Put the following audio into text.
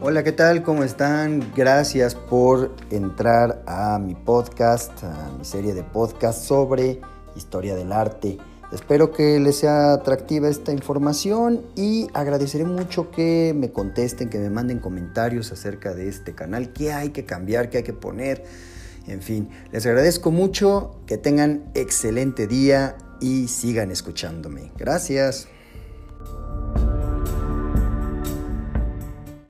Hola, ¿qué tal? ¿Cómo están? Gracias por entrar a mi podcast, a mi serie de podcast sobre historia del arte. Espero que les sea atractiva esta información y agradeceré mucho que me contesten, que me manden comentarios acerca de este canal, qué hay que cambiar, qué hay que poner. En fin, les agradezco mucho, que tengan excelente día y sigan escuchándome. Gracias.